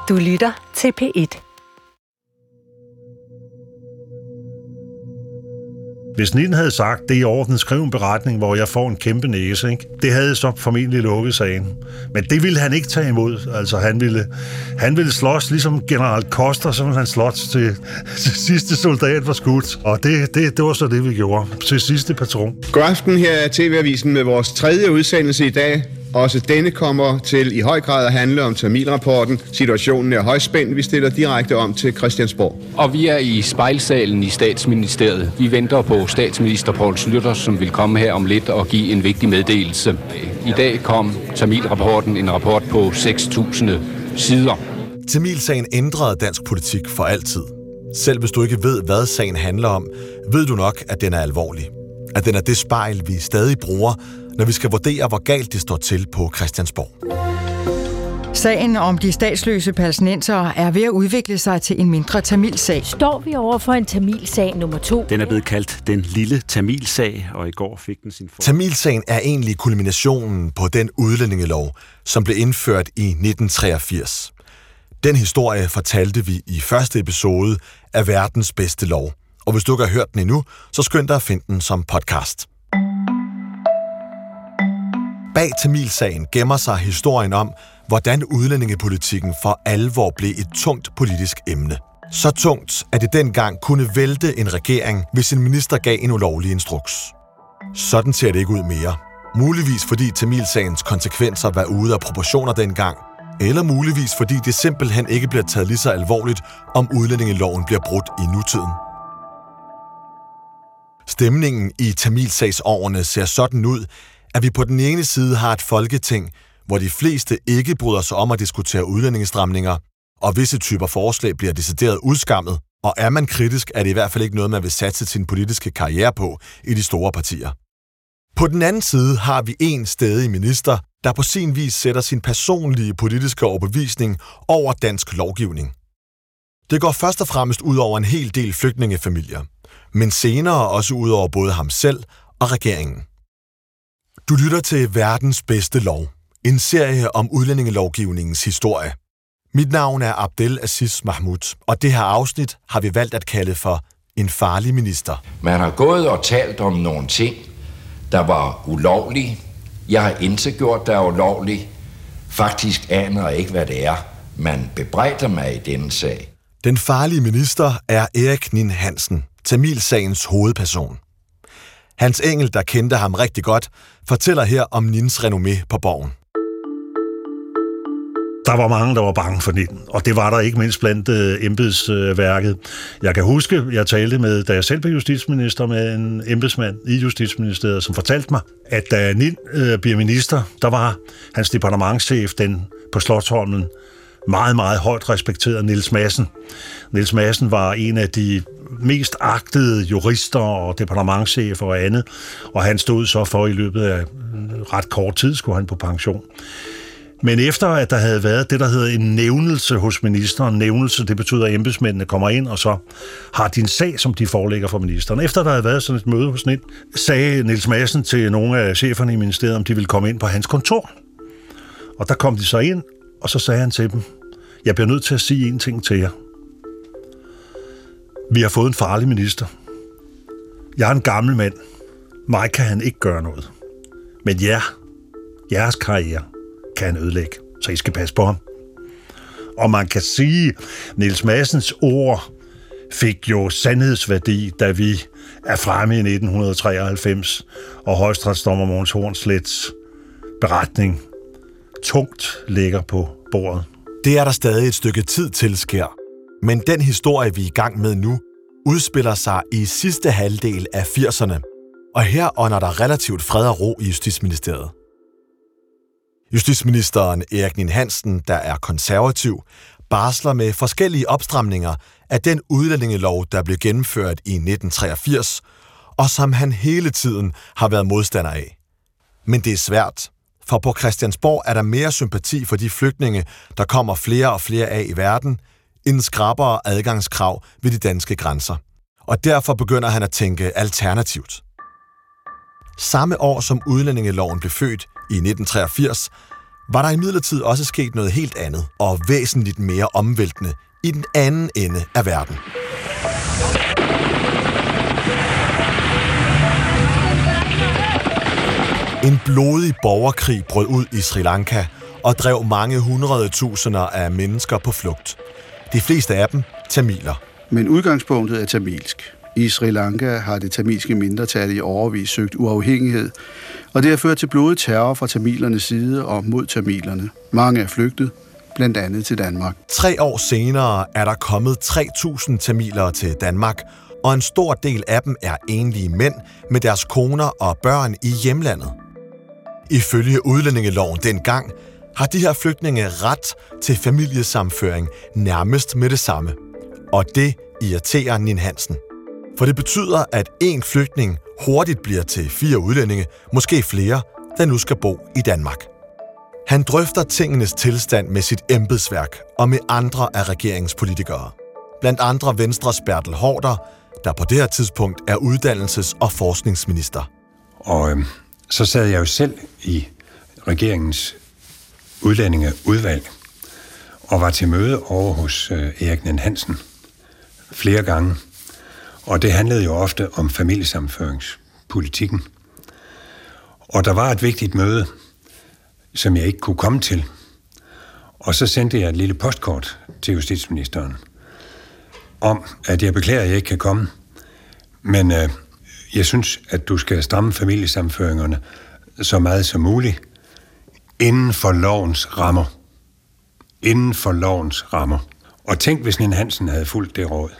Du lytter til P1. Hvis Nilen havde sagt, det er i orden, skriv en beretning, hvor jeg får en kæmpe næse, ikke? Det havde så formentlig lukket sagen. Men det ville han ikke tage imod. Altså, han ville slås ligesom general Koster, som han slås til sidste soldat var skudt. Og det var så det, vi gjorde. Til sidste patron. God aften, her er TV-avisen med vores tredje udsendelse i dag. Også denne kommer til i høj grad at handle om Tamilrapporten. Situationen er højspændt. Vi stiller direkte om til Christiansborg. Og vi er i spejlsalen i Statsministeriet. Vi venter på statsminister Poul Schlüter, som vil komme her om lidt og give en vigtig meddelelse. I dag kom Tamilrapporten, en rapport på 6.000 sider. Tamilsagen ændrede dansk politik for altid. Selv hvis du ikke ved, hvad sagen handler om, ved du nok, at den er alvorlig. At den er det spejl, vi stadig bruger, når vi skal vurdere, hvor galt det står til på Christiansborg. Sagen om de statsløse palæstinensere er ved at udvikle sig til en mindre tamilsag. Står vi over for en tamilsag nummer 2? Den er blevet kaldt den lille tamilsag, og i går fik den sin Tamilsagen er egentlig kulminationen på den udlændingelov, som blev indført i 1983. Den historie fortalte vi i første episode af Verdens bedste lov. Og hvis du ikke har hørt den endnu, så skynd dig at finde den som podcast. Bag Tamilsagen gemmer sig historien om, hvordan udlændingepolitikken for alvor blev et tungt politisk emne. Så tungt, at det dengang kunne vælte en regering, hvis en minister gav en ulovlig instruks. Sådan ser det ikke ud mere. Muligvis fordi Tamilsagens konsekvenser var ude af proportioner dengang, eller muligvis fordi det simpelthen ikke bliver taget lige så alvorligt, om udlændingeloven bliver brudt i nutiden. Stemningen i Tamilsagsårene ser sådan ud, at vi på den ene side har et folketing, hvor de fleste ikke bryder sig om at diskutere udlændingestramninger, og visse typer forslag bliver decideret udskammet, og er man kritisk, er det i hvert fald ikke noget, man vil satse sin politiske karriere på i de store partier. På den anden side har vi en stædig minister, der på sin vis sætter sin personlige politiske overbevisning over dansk lovgivning. Det går først og fremmest ud over en hel del flygtningefamilier, men senere også ud over både ham selv og regeringen. Du lytter til Verdens bedste lov, en serie om udlændingelovgivningens historie. Mit navn er Abdelaziz Mahmoud, og det her afsnit har vi valgt at kalde for En farlig minister. Man har gået og talt om nogle ting, der var ulovlige. Jeg har intet gjort, der er ulovligt. Faktisk aner jeg ikke, hvad det er, man bebrejder mig i denne sag. Den farlige minister er Erik Ninn-Hansen, Tamilsagens hovedperson. Hans Engel, der kendte ham rigtig godt, fortæller her om Nins renommé på Borgen. Der var mange, der var bange for Nilen, og det var der ikke mindst blandt embedsværket. Jeg kan huske, jeg talte med, da jeg selv blev justitsminister, med en embedsmand i Justitsministeriet, som fortalte mig, at da Nilen bliver minister, der var hans departementschef, den på Slotsholmen, meget, meget højt respekteret Niels Madsen. Niels Madsen var en af de mest agtede jurister og departementschefer og andet, og han stod så for i løbet af ret kort tid, skulle han på pension. Men efter at der havde været det, der hedder en nævnelse hos ministeren, nævnelse, det betyder, at embedsmændene kommer ind, og så har de en sag, som de forelægger for ministeren. Efter der havde været sådan et møde hos NIN, sagde Niels Madsen til nogle af cheferne i ministeriet, om de ville komme ind på hans kontor. Og der kom de så ind, og så sagde han til dem, jeg bliver nødt til at sige en ting til jer. Vi har fået en farlig minister. Jeg er en gammel mand. Mig kan han ikke gøre noget. Men jeres karriere kan han ødelægge, så I skal passe på ham. Og man kan sige, Niels Madsens ord fik jo sandhedsværdi, da vi er fremme i 1993, og højesteretsdommer Mogens Hornsleths beretning tungt ligger på bordet. Det er der stadig et stykke tid til sker. Men den historie, vi er i gang med nu, udspiller sig i sidste halvdel af 80'erne. Og her ånder der relativt fred og ro i Justitsministeriet. Justitsministeren Erik Ninn-Hansen, der er konservativ, barsler med forskellige opstramninger af den udlændingelov, der blev gennemført i 1983, og som han hele tiden har været modstander af. Men det er svært, for på Christiansborg er der mere sympati for de flygtninge, der kommer flere og flere af i verden, end skrappere adgangskrav ved de danske grænser. Og derfor begynder han at tænke alternativt. Samme år som udlændingeloven blev født i 1983, var der imidlertid også sket noget helt andet og væsentligt mere omvæltende i den anden ende af verden. En blodig borgerkrig brød ud i Sri Lanka og drev mange 100.000 af mennesker på flugt. De fleste af dem tamiler. Men udgangspunktet er tamilsk. I Sri Lanka har det tamilske mindretal i årevis søgt uafhængighed, og det har ført til blodig terror fra tamilernes side og mod tamilerne. Mange er flygtet, blandt andet til Danmark. 3 år senere er der kommet 3.000 tamilere til Danmark, og en stor del af dem er enlige mænd med deres koner og børn i hjemlandet. Ifølge udlændingeloven dengang har de her flygtninge ret til familiesammenføring nærmest med det samme. Og det irriterer Ninn-Hansen. For det betyder, at en flygtning hurtigt bliver til 4 udlændinge, måske flere, der nu skal bo i Danmark. Han drøfter tingenes tilstand med sit embedsværk og med andre af regeringspolitikere. Blandt andre Venstres Bertel Haarder, der på det her tidspunkt er uddannelses- og forskningsminister. Og så sad jeg jo selv i regeringens udlændingeudvalg og var til møde over hos Erik Ninn-Hansen flere gange. Og det handlede jo ofte om familiesammenføringspolitikken. Og der var et vigtigt møde, som jeg ikke kunne komme til. Og så sendte jeg et lille postkort til justitsministeren om, at jeg beklager, at jeg ikke kan komme. Men jeg synes, at du skal stramme familiesammenføringerne så meget som muligt inden for lovens rammer. Inden for lovens rammer. Og tænk, hvis Ninn-Hansen havde fulgt det råd.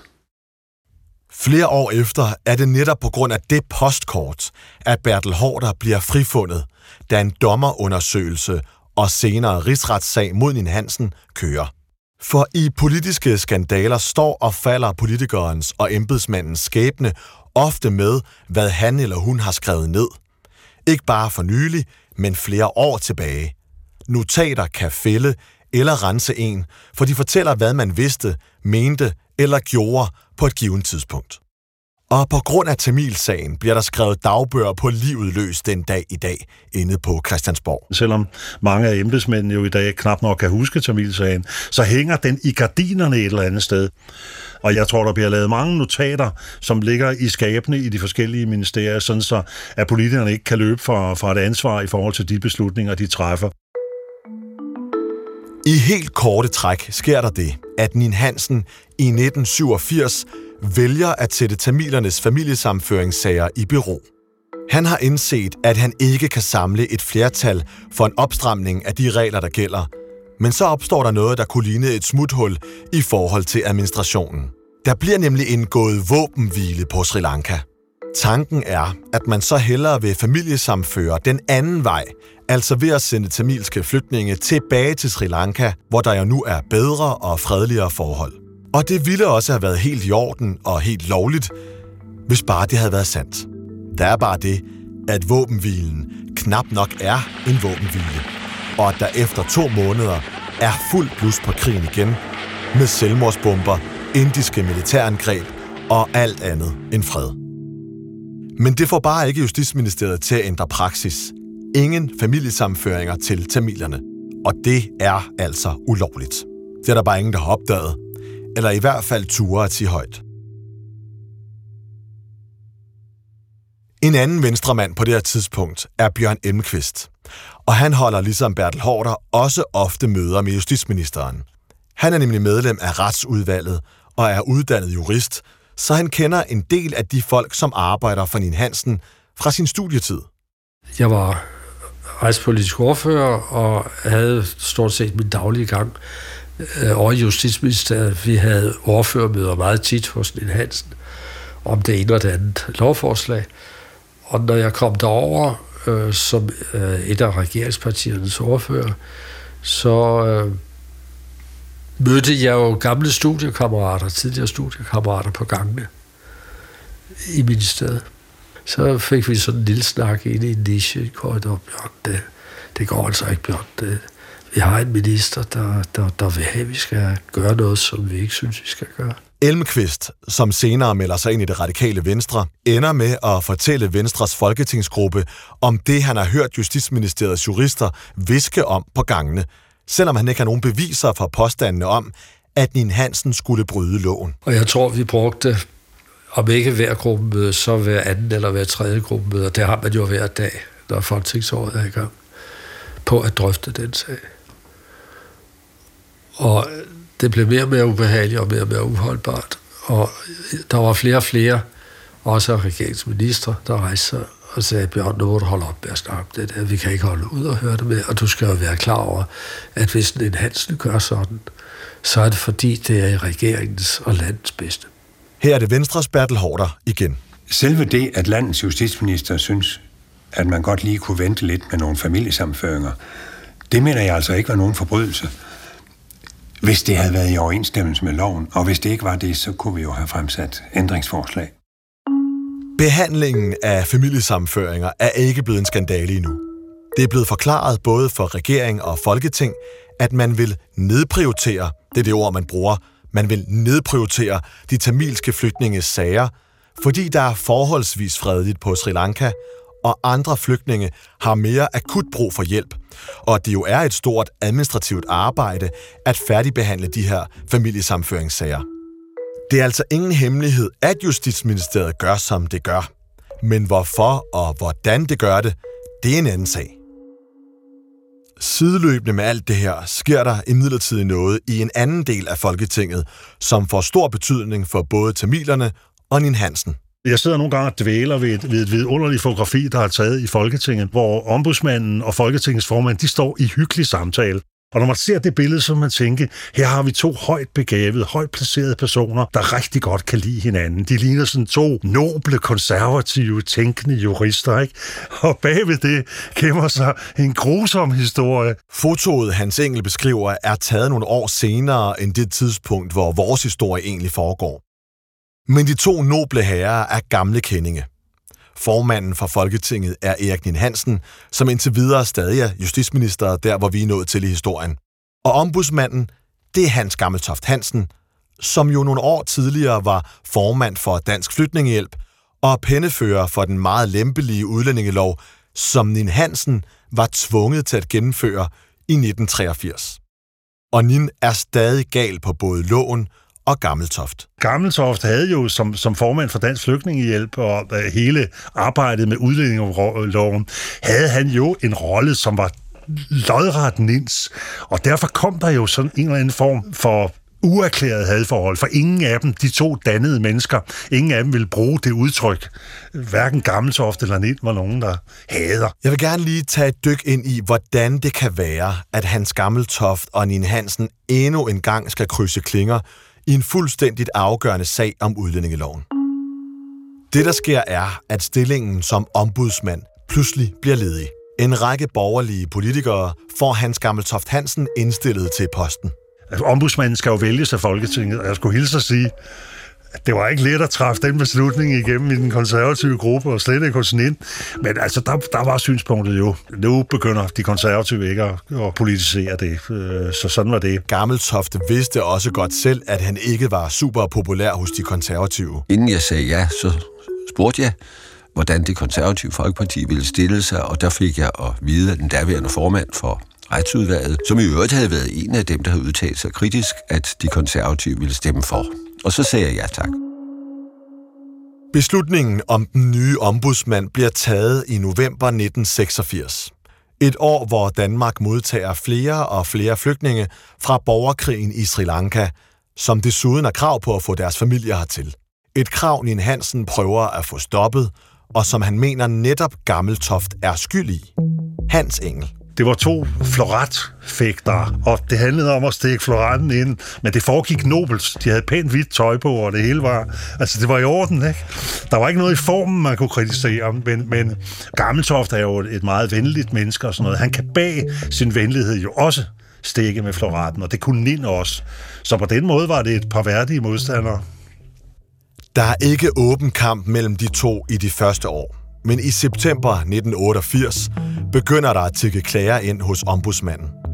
Flere år efter er det netop på grund af det postkort, at Bertel Haarder bliver frifundet, da en dommerundersøgelse og senere rigsretssag mod Ninn-Hansen kører. For i politiske skandaler står og falder politikerens og embedsmandens skæbne ofte med, hvad han eller hun har skrevet ned. Ikke bare for nylig, men flere år tilbage. Notater kan fælde eller rense en, for de fortæller, hvad man vidste, mente eller gjorde på et givet tidspunkt. Og på grund af Tamilsagen bliver der skrevet dagbøger på livet løs den dag i dag inde på Christiansborg. Selvom mange af embedsmændene jo i dag knap nok kan huske Tamilsagen, så hænger den i gardinerne et eller andet sted. Og jeg tror, der bliver lavet mange notater, som ligger i skabene i de forskellige ministerier, sådan så at politikerne ikke kan løbe fra et ansvar i forhold til de beslutninger, de træffer. I helt korte træk sker der det, at Ninn-Hansen i 1987 vælger at sætte tamilernes familiesammenføringssager i bero. Han har indset, at han ikke kan samle et flertal for en opstramning af de regler, der gælder. Men så opstår der noget, der kunne ligne et smuthul i forhold til administrationen. Der bliver nemlig indgået våbenhvile på Sri Lanka. Tanken er, at man så hellere vil familiesammenføre den anden vej, altså ved at sende tamilske flygtninge tilbage til Sri Lanka, hvor der jo nu er bedre og fredeligere forhold. Og det ville også have været helt i orden og helt lovligt, hvis bare det havde været sandt. Der er bare det, at våbenhvilen knap nok er en våbenhvile, og at der efter 2 måneder er fuld blus på krigen igen, med selvmordsbomber, indiske militærangreb og alt andet end fred. Men det får bare ikke Justitsministeriet til at ændre praksis. Ingen familiesammenføringer til tamilerne. Og det er altså ulovligt. Det er der bare ingen, der har opdaget. Eller i hvert fald turer at sige højt. En anden venstremand på det her tidspunkt er Bjørn Elmquist. Og han holder ligesom Bertel Haarder også ofte møder med justitsministeren. Han er nemlig medlem af retsudvalget og er uddannet jurist, så han kender en del af de folk, som arbejder for Ninn-Hansen fra sin studietid. Jeg var retspolitisk ordfører og havde stort set min daglige gang over i Justitsministeriet. Vi havde ordførermøder meget tit hos Ninn-Hansen om det ene og det andet lovforslag. Og når jeg kom derover som et af regeringspartiernes ordfører, så mødte jeg jo gamle studiekammerater, tidligere studiekammerater på gangene i ministeriet. Så fik vi sådan en lille snak ind i en niche i korridor. Bjørn, det går altså ikke, Bjørn. vi har en minister, der vil have, at vi skal gøre noget, som vi ikke synes, vi skal gøre. Elmqvist, som senere melder sig ind i det radikale Venstre, ender med at fortælle Venstres folketingsgruppe om det, han har hørt Justitsministeriets jurister viske om på gangene, selvom han ikke har nogen beviser for påstandene om, at Ninn-Hansen skulle bryde loven. Og jeg tror, vi brugte, om ikke hver gruppemøde, så hver anden eller hver tredje gruppemøde, og det har man jo hver dag, når folketingsåret er i gang, på at drøfte den sag. Og det blev mere og mere ubehageligt og mere og mere uholdbart. Og der var flere og flere, også regeringsministre, der rejste sig og sagde, Bjørn, nu må du holde op med at snakke det der. Vi kan ikke holde ud og høre det med, og du skal jo være klar over, at hvis Ninn-Hansen gør sådan, så er det fordi, det er i regeringens og landets bedste. Her er det Venstres Bertel Haarder igen. Selve det, at landets justitsminister synes, at man godt lige kunne vente lidt med nogle familiesammenføringer, det mener jeg altså ikke var nogen forbrydelse. Hvis det havde været i overensstemmelse med loven, og hvis det ikke var det, så kunne vi jo have fremsat ændringsforslag. Behandlingen af familiesammenføringer er ikke blevet en skandale endnu. Det er blevet forklaret både for regering og folketing, at man vil nedprioritere, det er det ord, man bruger, man vil nedprioritere de tamilske flygtninges sager, fordi der er forholdsvis fredeligt på Sri Lanka, og andre flygtninge har mere akut brug for hjælp, og det jo er et stort administrativt arbejde at færdigbehandle de her familiesammenføringssager. Det er altså ingen hemmelighed, at Justitsministeriet gør, som det gør. Men hvorfor og hvordan det gør det, det er en anden sag. Sideløbende med alt det her sker der imidlertid noget i en anden del af Folketinget, som får stor betydning for både tamilerne og Ninn-Hansen. Jeg sidder nogle gange og dvæler ved et vidunderligt fotografi, der er taget i Folketinget, hvor ombudsmanden og Folketingets formand, de står i hyggelig samtale. Og når man ser det billede, så man tænker, her har vi to højt begavede, højt placerede personer, der rigtig godt kan lide hinanden. De ligner sådan to noble, konservative, tænkende jurister, ikke? Og bagved det gemmer sig en grusom historie. Fotoet, Hans Engel beskriver, er taget nogle år senere end det tidspunkt, hvor vores historie egentlig foregår. Men de to noble herrer er gamle kendinge. Formanden for Folketinget er Erik Ninn-Hansen, som indtil videre stadig er justitsminister, der hvor vi er nået til i historien. Og ombudsmanden, det er Hans Gammeltoft Hansen, som jo nogle år tidligere var formand for Dansk Flygtningehjælp og pennefører for den meget lempelige udlændingelov, som Ninn-Hansen var tvunget til at gennemføre i 1983. Og Nin er stadig gal på både loven og Gammeltoft. Gammeltoft havde jo som formand for Dansk Flygtningehjælp og hele arbejdet med udlændingeloven, havde han jo en rolle, som var lodret Nins. Og derfor kom der jo sådan en eller anden form for uerklæret hadforhold, for ingen af dem, de to dannede mennesker, ingen af dem ville bruge det udtryk. Hverken Gammeltoft eller Nin var nogen, der hader. Jeg vil gerne lige tage et dyk ind i, hvordan det kan være, at Hans Gammeltoft og Ninn-Hansen endnu en gang skal krydse klinger i en fuldstændigt afgørende sag om udlændingeloven. Det, der sker, er, at stillingen som ombudsmand pludselig bliver ledig. En række borgerlige politikere får Hans Gammeltoft Hansen indstillet til posten. Ombudsmanden skal jo vælges af Folketinget, og jeg skulle hilse at sige, at det var ikke let at træffe den beslutning igennem i den konservative gruppe, og slet ikke hos Nin. Men altså, der var synspunktet jo. Nu begynder de konservative ikke at politisere det, så sådan var det. Gammeltoft vidste også godt selv, at han ikke var super populær hos de konservative. Inden jeg sagde ja, så spurgte jeg, hvordan det konservative Folkeparti ville stille sig, og der fik jeg at vide, at den daværende formand for Retsudvalget, som i øvrigt havde været en af dem, der havde udtalt sig kritisk, at de konservative ville stemme for. Og så sagde jeg ja tak. Beslutningen om den nye ombudsmand bliver taget i november 1986. Et år, hvor Danmark modtager flere og flere flygtninge fra borgerkrigen i Sri Lanka, som desuden har krav på at få deres familier hertil. Et krav, Ninn-Hansen prøver at få stoppet, og som han mener netop Gammeltoft er skyld i. Hans Engel. Det var to floretfægtere, og det handlede om at stikke floretten ind, men det foregik nobelt. De havde pænt hvidt tøj på, og det hele var... Altså, det var i orden, ikke? Der var ikke noget i formen, man kunne kritisere, men Gammeltoft er jo et meget venligt menneske og sådan noget. Han kan bag sin venlighed jo også stikke med floretten, og det kunne Nin også. Så på den måde var det et par værdige modstandere. Der er ikke åben kamp mellem de to i de første år. Men i september 1988 begynder der at tikke klager ind hos ombudsmanden.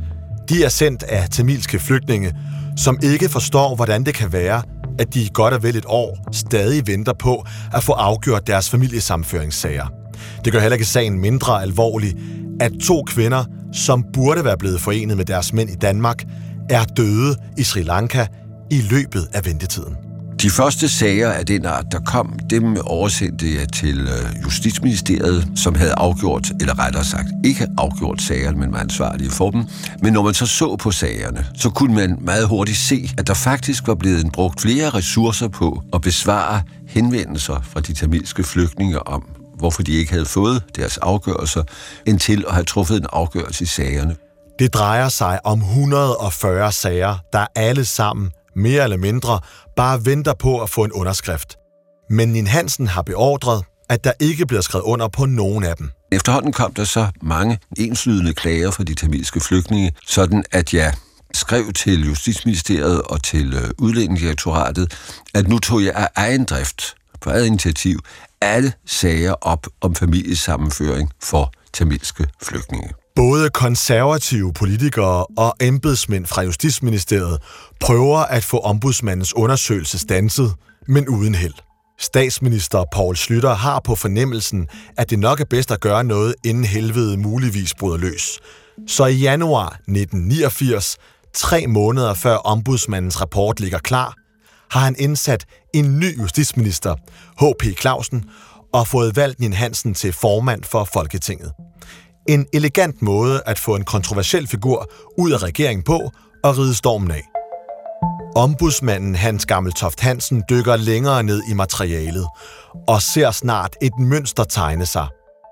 De er sendt af tamilske flygtninge, som ikke forstår, hvordan det kan være, at de i godt og vel et år stadig venter på at få afgjort deres familiesammenføringssager. Det gør heller ikke sagen mindre alvorlig, at 2 kvinder, som burde være blevet forenet med deres mænd i Danmark, er døde i Sri Lanka i løbet af ventetiden. De første sager af den art, der kom, dem oversendte jeg til Justitsministeriet, som havde afgjort, eller rettere sagt ikke afgjort sagerne, men var ansvarlige for dem. Men når man så på sagerne, så kunne man meget hurtigt se, at der faktisk var blevet brugt flere ressourcer på at besvare henvendelser fra de tamilske flygtninge om, hvorfor de ikke havde fået deres afgørelser, end til at have truffet en afgørelse i sagerne. Det drejer sig om 140 sager, der alle sammen, mere eller mindre, bare venter på at få en underskrift. Men Ninn-Hansen har beordret, at der ikke bliver skrevet under på nogen af dem. Efterhånden kom der så mange enslydende klager fra de tamilske flygtninge, sådan at jeg skrev til Justitsministeriet og til Udlændingedirektoratet, at nu tog jeg af egen drift, på eget initiativ, alle sager op om familiesammenføring for tamilske flygtninge. Både konservative politikere og embedsmænd fra Justitsministeriet prøver at få ombudsmandens undersøgelse standset, men uden held. Statsminister Poul Schlüter har på fornemmelsen, at det nok er bedst at gøre noget, inden helvede muligvis bryder løs. Så i januar 1989, 3 måneder før ombudsmandens rapport ligger klar, har han indsat en ny justitsminister, H.P. Clausen, og fået valgt Ninn-Hansen til formand for Folketinget. En elegant måde at få en kontroversiel figur ud af regeringen på og ride stormen af. Ombudsmanden Hans Gammeltoft Hansen dykker længere ned i materialet og ser snart et mønster tegne sig.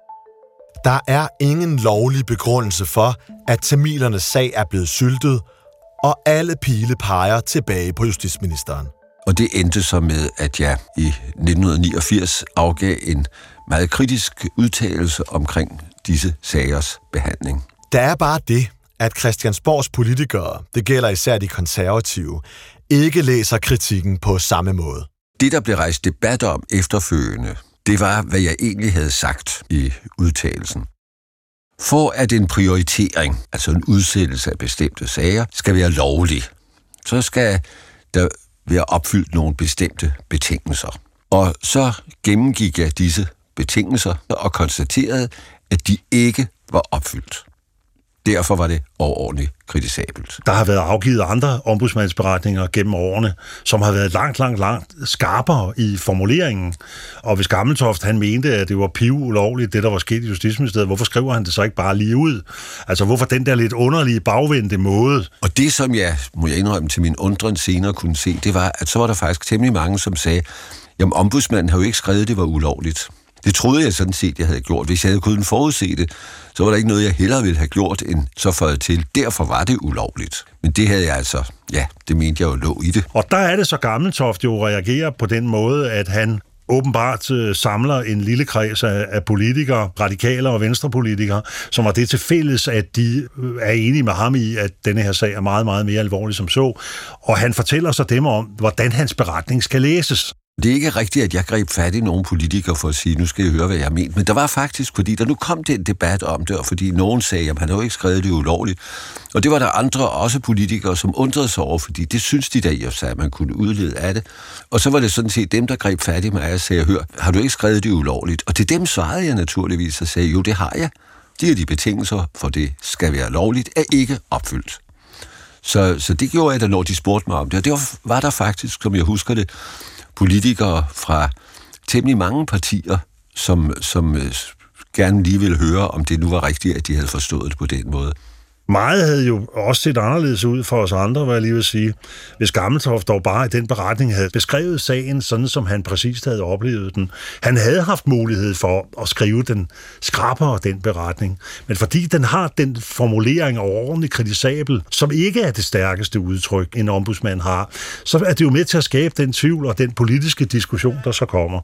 Der er ingen lovlig begrundelse for, at tamilernes sag er blevet syltet, og alle pile peger tilbage på justitsministeren. Og det endte så med, at jeg i 1989 afgav en meget kritisk udtalelse omkring disse sagers behandling. Der er bare det, at Christiansborgs politikere, det gælder især de konservative, ikke læser kritikken på samme måde. Det, der blev rejst debat om efterfølgende, det var, hvad jeg egentlig havde sagt i udtalelsen. For at en prioritering, altså en udsættelse af bestemte sager, skal være lovlig, så skal der være opfyldt nogle bestemte betingelser. Og så gennemgik jeg disse betingelser og konstaterede, at de ikke var opfyldt. Derfor var det overordentligt kritisabelt. Der har været afgivet andre ombudsmandsberetninger gennem årene, som har været langt skarpere i formuleringen. Og hvis Gammeltoft han mente, at det var pivulovligt, det der var sket i Justitsministeriet, hvorfor skriver han det så ikke bare lige ud? Altså hvorfor den der lidt underlige bagvendte måde? Og det, som jeg, må jeg indrømme til min undren senere kunne se, det var, at så var der faktisk temmelig mange, som sagde, jamen ombudsmanden har jo ikke skrevet, at det var ulovligt. Det troede jeg sådan set, jeg havde gjort. Hvis jeg havde kunnet forudse det, så var der ikke noget, jeg hellere ville have gjort, end så føjet til. Derfor var det ulovligt. Men det havde jeg altså, ja, det mente jeg jo lå i det. Og der er det så Gammeltoft jo reagerer på den måde, at han åbenbart samler en lille kreds af politikere, radikale og venstrepolitikere, som har det til fælles, at de er enige med ham i, at denne her sag er meget, meget mere alvorlig som så. Og han fortæller så dem om, hvordan hans beretning skal læses. Det er ikke rigtigt, at jeg greb fat i nogle politikere for at sige, nu skal I høre, hvad jeg har ment. Men der var faktisk, fordi der nu kom det en debat om det, og fordi nogen sagde, at han har jo ikke skrevet det ulovligt. Og det var der andre, også politikere, som undrede sig over, fordi det synes de der i sig, at man kunne udlede af det. Og så var det sådan set dem, der greb fat i mig og sagde, hør, har du ikke skrevet det ulovligt? Og til dem svarede jeg naturligvis og sagde, jo, det har jeg. De er de betingelser, for det skal være lovligt, er ikke opfyldt. Så det gjorde jeg da, når de spurgte mig om det. Og det var der faktisk, som jeg husker det, politikere fra temmelig mange partier, som gerne lige ville høre, om det nu var rigtigt, at de havde forstået det på den måde. Meget havde jo også set anderledes ud for os andre, hvad jeg lige vil sige, hvis Gammeltoft dog bare i den beretning havde beskrevet sagen, sådan som han præcist havde oplevet den. Han havde haft mulighed for at skrive den skrappere, den beretning, men fordi den har den formulering overordentligt kritisabel, som ikke er det stærkeste udtryk, en ombudsmand har, så er det jo med til at skabe den tvivl og den politiske diskussion, der så kommer.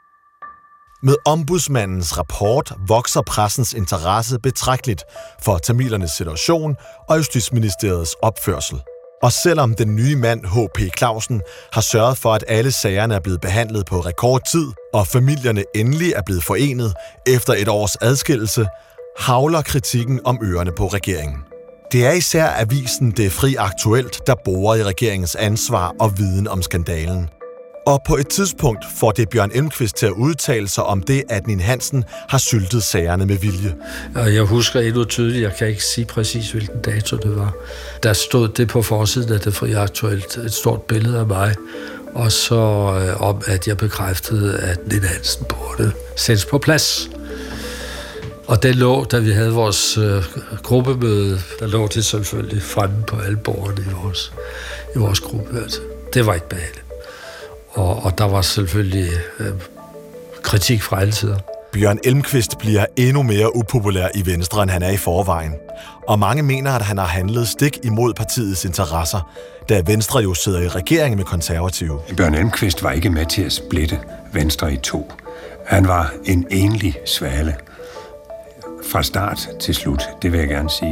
Med ombudsmandens rapport vokser pressens interesse betragteligt for tamilernes situation og Justitsministeriets opførsel. Og selvom den nye mand H.P. Clausen har sørget for, at alle sagerne er blevet behandlet på rekordtid, og familierne endelig er blevet forenet efter et års adskillelse, hagler kritikken om ørerne på regeringen. Det er især avisen Det Fri Aktuelt, der borer i regeringens ansvar og viden om skandalen. Og på et tidspunkt får det Bjørn Elmquist til at udtale sig om det, at Ninn-Hansen har syltet sagerne med vilje. Jeg husker endnu tydeligt, jeg kan ikke sige præcis, hvilken dato det var. Der stod det på forsiden af Det Fri Aktuelt, et stort billede af mig, og så om, at jeg bekræftede, at Ninn-Hansen burde sættes på plads. Og det lå, da vi havde vores gruppemøde, der lå det selvfølgelig fremme på alle bordene i vores gruppe. Altså. Det var ikke behageligt. Og der var selvfølgelig kritik fra alle sider. Bjørn Elmquist bliver endnu mere upopulær i Venstre, end han er i forvejen. Og mange mener, at han har handlet stik imod partiets interesser, da Venstre jo sidder i regering med Konservative. Bjørn Elmquist var ikke med til at splitte Venstre i to. Han var en enlig svale. Fra start til slut, det vil jeg gerne sige.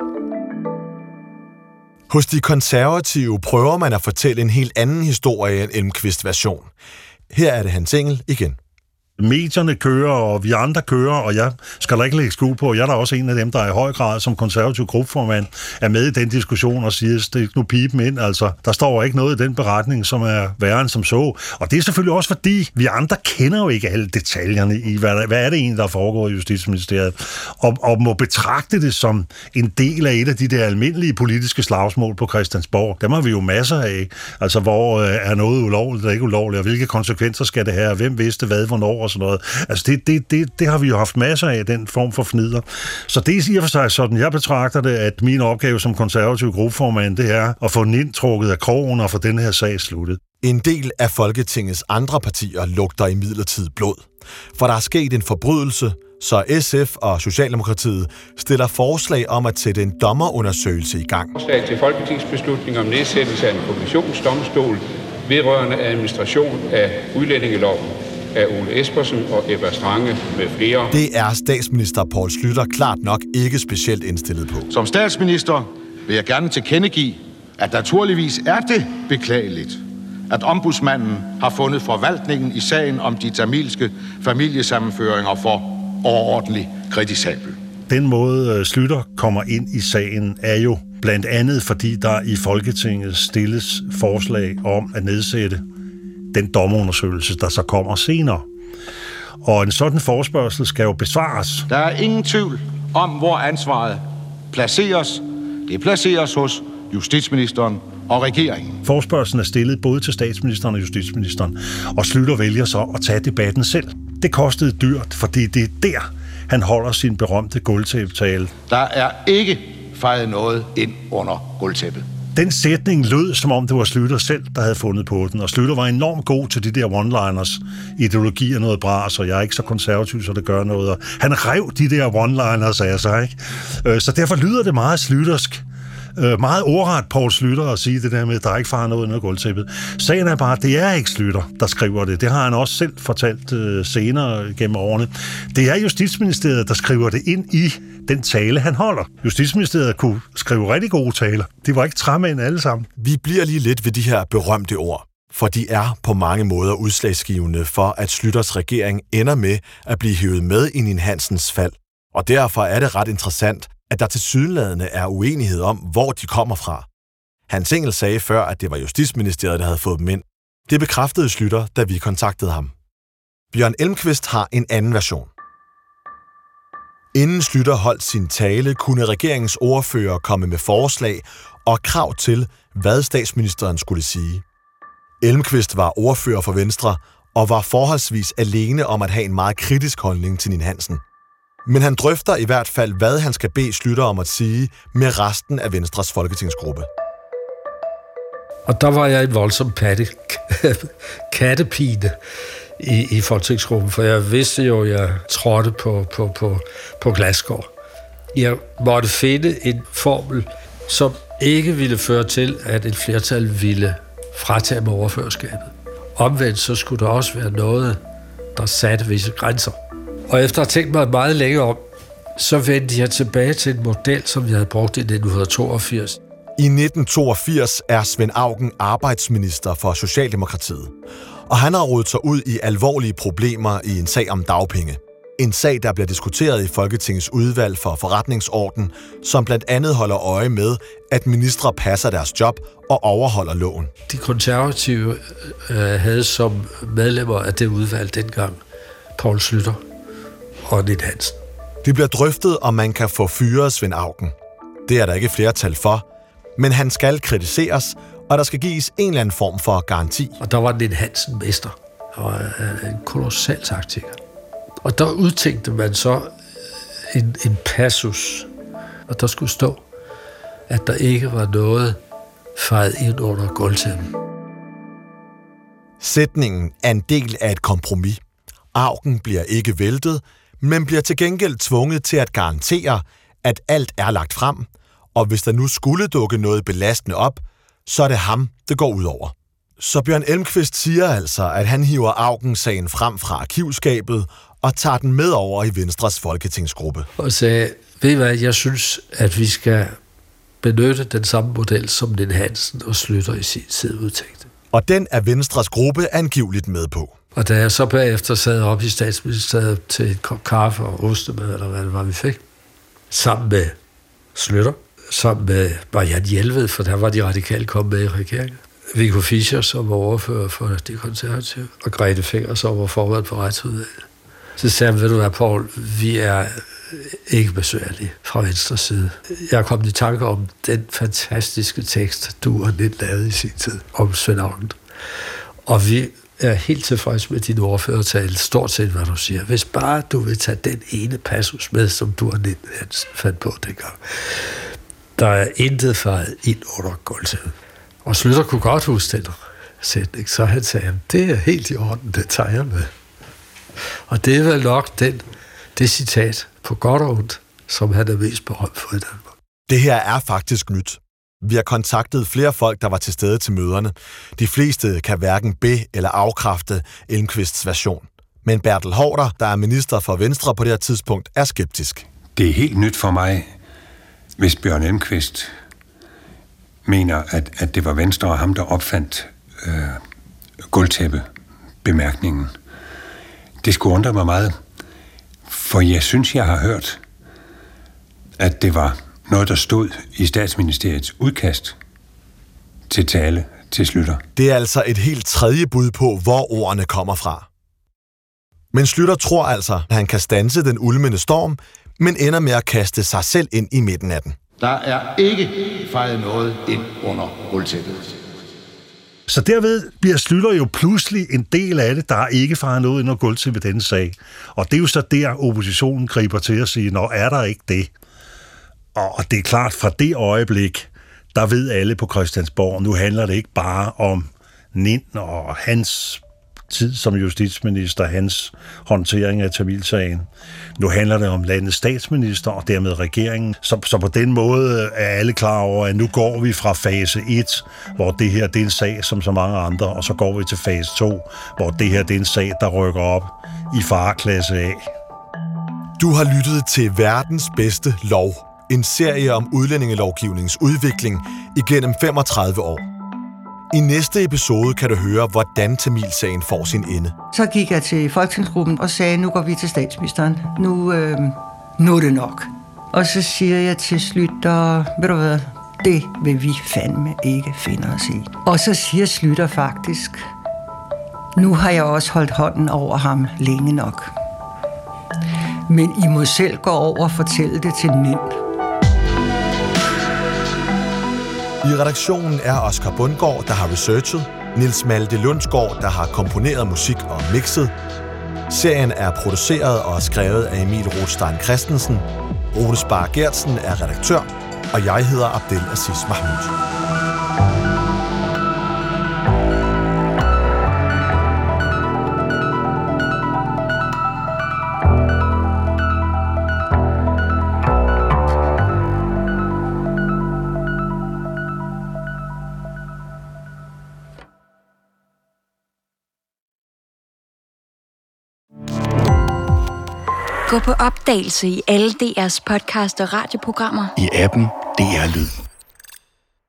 Hos de konservative prøver man at fortælle en helt anden historie end Elmquist version. Her er det Hans Engel igen. Medierne kører, og vi andre kører, og jeg skal da ikke lægge skue på. Jeg er da også en af dem, der i høj grad som konservativ gruppeformand er med i den diskussion og siger, stik nu pipen ind. Altså, der står ikke noget i den beretning, som er værre end som så. Og det er selvfølgelig også fordi, vi andre kender jo ikke alle detaljerne i, hvad er det egentlig, der foregår i Justitsministeriet, og må betragte det som en del af et af de der almindelige politiske slagsmål på Christiansborg. Dem har vi jo masser af. Altså, hvor er noget ulovligt eller ikke ulovligt, og hvilke konsekvenser skal det have, hvem vidste hvad, hvornår og sådan noget. Altså det har vi jo haft masser af, den form for fnider. Så det er i og for sig sådan, jeg betragter det, at min opgave som konservativ gruppeformand, det er at få den indtrukket af krogen og få den her sag sluttet. En del af Folketingets andre partier lugter imidlertid blod. For der er sket en forbrydelse, så SF og Socialdemokratiet stiller forslag om at sætte en dommerundersøgelse i gang. Forslag til folketingsbeslutning om nedsættelse af en kommissionsdomstol vedrørende administration af udlændingeloven af Ole Espersen og Ebba Strange med flere. Det er statsminister Poul Schlüter klart nok ikke specielt indstillet på. Som statsminister vil jeg gerne tilkendegive, at naturligvis er det beklageligt, at ombudsmanden har fundet forvaltningen i sagen om de tamilske familiesammenføringer for overordentligt kritisabel. Den måde Schlüter kommer ind i sagen er jo blandt andet, fordi der i Folketinget stilles forslag om at nedsætte den dommerundersøgelse, der så kommer senere. Og en sådan forespørgsel skal jo besvares. Der er ingen tvivl om, hvor ansvaret placeres. Det placeres hos justitsministeren og regeringen. Forespørgslen er stillet både til statsministeren og justitsministeren, og Schlüter vælger så at tage debatten selv. Det kostede dyrt, fordi det er der, han holder sin berømte gulvtæppetale. Der er ikke fejret noget ind under gulvtæppet. Den sætning lød, som om det var Schlüter selv, der havde fundet på den, og Schlüter var enormt god til de der one-liners. Ideologi er noget bras, og jeg er ikke så konservativ, så det gør noget. Og han rev de der one-liners af sig, ikke? Så derfor lyder det meget Schlütersk. Meget ordret Poul Schlüter at sige det der med, at der ikke farer noget under gulvtæppet. Sagen er bare, at det er ikke Schlüter, der skriver det. Det har han også selv fortalt senere gennem årene. Det er Justitsministeriet, der skriver det ind i den tale, han holder. Justitsministeriet kunne skrive rigtig gode taler. De var ikke træmænd alle sammen. Vi bliver lige lidt ved de her berømte ord, for de er på mange måder udslagsgivende for, at Schlüters regering ender med at blive hævet med i Ninn-Hansens fald. Og derfor er det ret interessant, at der tilsyneladende er uenighed om, hvor de kommer fra. Hans Engel sagde før, at det var Justitsministeriet, der havde fået dem ind. Det bekræftede Schlüter, da vi kontaktede ham. Bjørn Elmquist har en anden version. Inden Schlüter holdt sin tale, kunne regeringens ordfører komme med forslag og krav til, hvad statsministeren skulle sige. Elmquist var ordfører for Venstre og var forholdsvis alene om at have en meget kritisk holdning til Ninn-Hansen. Men han drøfter i hvert fald, hvad han skal bede Schlüter om at sige med resten af Venstres folketingsgruppe. Og der var jeg en voldsom kattepine i folketingsgruppen, for jeg vidste jo, at jeg trådte på glasgård. Jeg måtte finde en formel, som ikke ville føre til, at et flertal ville fratage mig overførskabet. Omvendt så skulle der også være noget, der satte visse grænser. Og efter at have tænkt mig meget længe om, så vendte jeg tilbage til en model, som jeg havde brugt i 1982. I 1982 er Svend Auken arbejdsminister for Socialdemokratiet, og han har rodet sig ud i alvorlige problemer i en sag om dagpenge. En sag, der bliver diskuteret i Folketingets udvalg for forretningsorden, som blandt andet holder øje med, at ministre passer deres job og overholder loven. De konservative havde som medlemmer af det udvalg dengang Poul Schlüter og Ninn Hansen. Det bliver drøftet, om man kan få fyret Svend Auken. Det er der ikke flertal for, men han skal kritiseres, og der skal gives en eller anden form for garanti. Og der var Ninn Hansen mester, og en kolossal taktiker. Og der udtænkte man så en passus, og der skulle stå, at der ikke var noget fejet ind under gulvtæppet. Sætningen er en del af et kompromis. Auken bliver ikke væltet, men bliver til gengæld tvunget til at garantere, at alt er lagt frem, og hvis der nu skulle dukke noget belastende op, så er det ham, det går ud over. Så Bjørn Elmquist siger altså, at han hiver Auken-sagen frem fra arkivskabet og tager den med over i Venstres folketingsgruppe. Og sagde, ved I hvad, jeg synes, at vi skal benytte den samme model, som Ninn Hansen og Schlüter i sin tid udtænkte. Og den er Venstres gruppe angiveligt med på. Og da jeg så bagefter sad op i Statsministeriet til et kop kaffe og ostemad, eller hvad det var, vi fik, sammen med Schlüter, sammen med Marianne Jelved, for der var de radikale kommet med i regeringen, Viggo Fischer, som var overfører for de konservative, og Grete Finger, som var formand for retsudvalget. Så sagde han, ved du hvad, Poul, vi er ikke besøgerlige fra venstre side. Jeg er kommet i tanke om den fantastiske tekst, du og Ninn lavede i sin tid om Svend Auken. Og vi er helt tilfreds med din ordførertale, stort set hvad du siger. Hvis bare du vil tage den ene passus med, som du og Ninn fandt på dengang. Der er intet fejet ind under gulvtæppet. Og Schlüter kunne godt huske den sætning, så han sagde, det er helt i orden, det tager jeg med. Og det er vel nok det citat på godt og ondt, som han er mest berømt for i Danmark. Det her er faktisk nyt. Vi har kontaktet flere folk, der var til stede til møderne. De fleste kan hverken be- eller afkræfte Elmquists version. Men Bertel Haarder, der er minister for Venstre på det her tidspunkt, er skeptisk. Det er helt nyt for mig, hvis Bjørn Elmquist mener, at det var Venstre og ham, der opfandt gulvtæppe-bemærkningen. Det skulle undre mig meget, for jeg synes, jeg har hørt, at det var noget, der stod i Statsministeriets udkast til tale til Schlüter. Det er altså et helt tredje bud på, hvor ordene kommer fra. Men Schlüter tror altså, at han kan standse den ulmende storm, men ender med at kaste sig selv ind i midten af den. Der er ikke fejret noget ind under gulvtæppet. Så derved bliver Schlüter jo pludselig en del af det, der er ikke fejret noget ind under gulvtæppet ved denne sag. Og det er jo så der, oppositionen griber til at sige, nå, er der ikke det? Og det er klart, fra det øjeblik, der ved alle på Christiansborg, nu handler det ikke bare om Ninn og hans tid som justitsminister, hans håndtering af Tamilsagen. Nu handler det om landets statsminister og dermed regeringen. Så på den måde er alle klar over, at nu går vi fra fase 1, hvor det her det er en sag som så mange andre, og så går vi til fase 2, hvor det her det er en sag, der rykker op i fareklasse A. Du har lyttet til Verdens bedste lov. En serie om udlændingelovgivningens udvikling igennem 35 år. I næste episode kan du høre, hvordan Tamilsagen får sin ende. Så gik jeg til folketingsgruppen og sagde, nu går vi til statsministeren. Nu er det nok. Og så siger jeg til Schlüter, ved du hvad, det vil vi fandme ikke finde os i. Og så siger Schlüter faktisk, nu har jeg også holdt hånden over ham længe nok. Men I må selv gå over og fortælle det til Ninn. I redaktionen er Oscar Bundgaard, der har researchet, Niels Malte Lundsgaard, der har komponeret musik og mixet. Serien er produceret og skrevet af Emil Rothstein Christensen. Rune Spar Gertsen er redaktør, og jeg hedder Abdel Aziz Mahmoud. Gå på opdagelse i alle DR's podcast og radioprogrammer. I appen DR Lyd.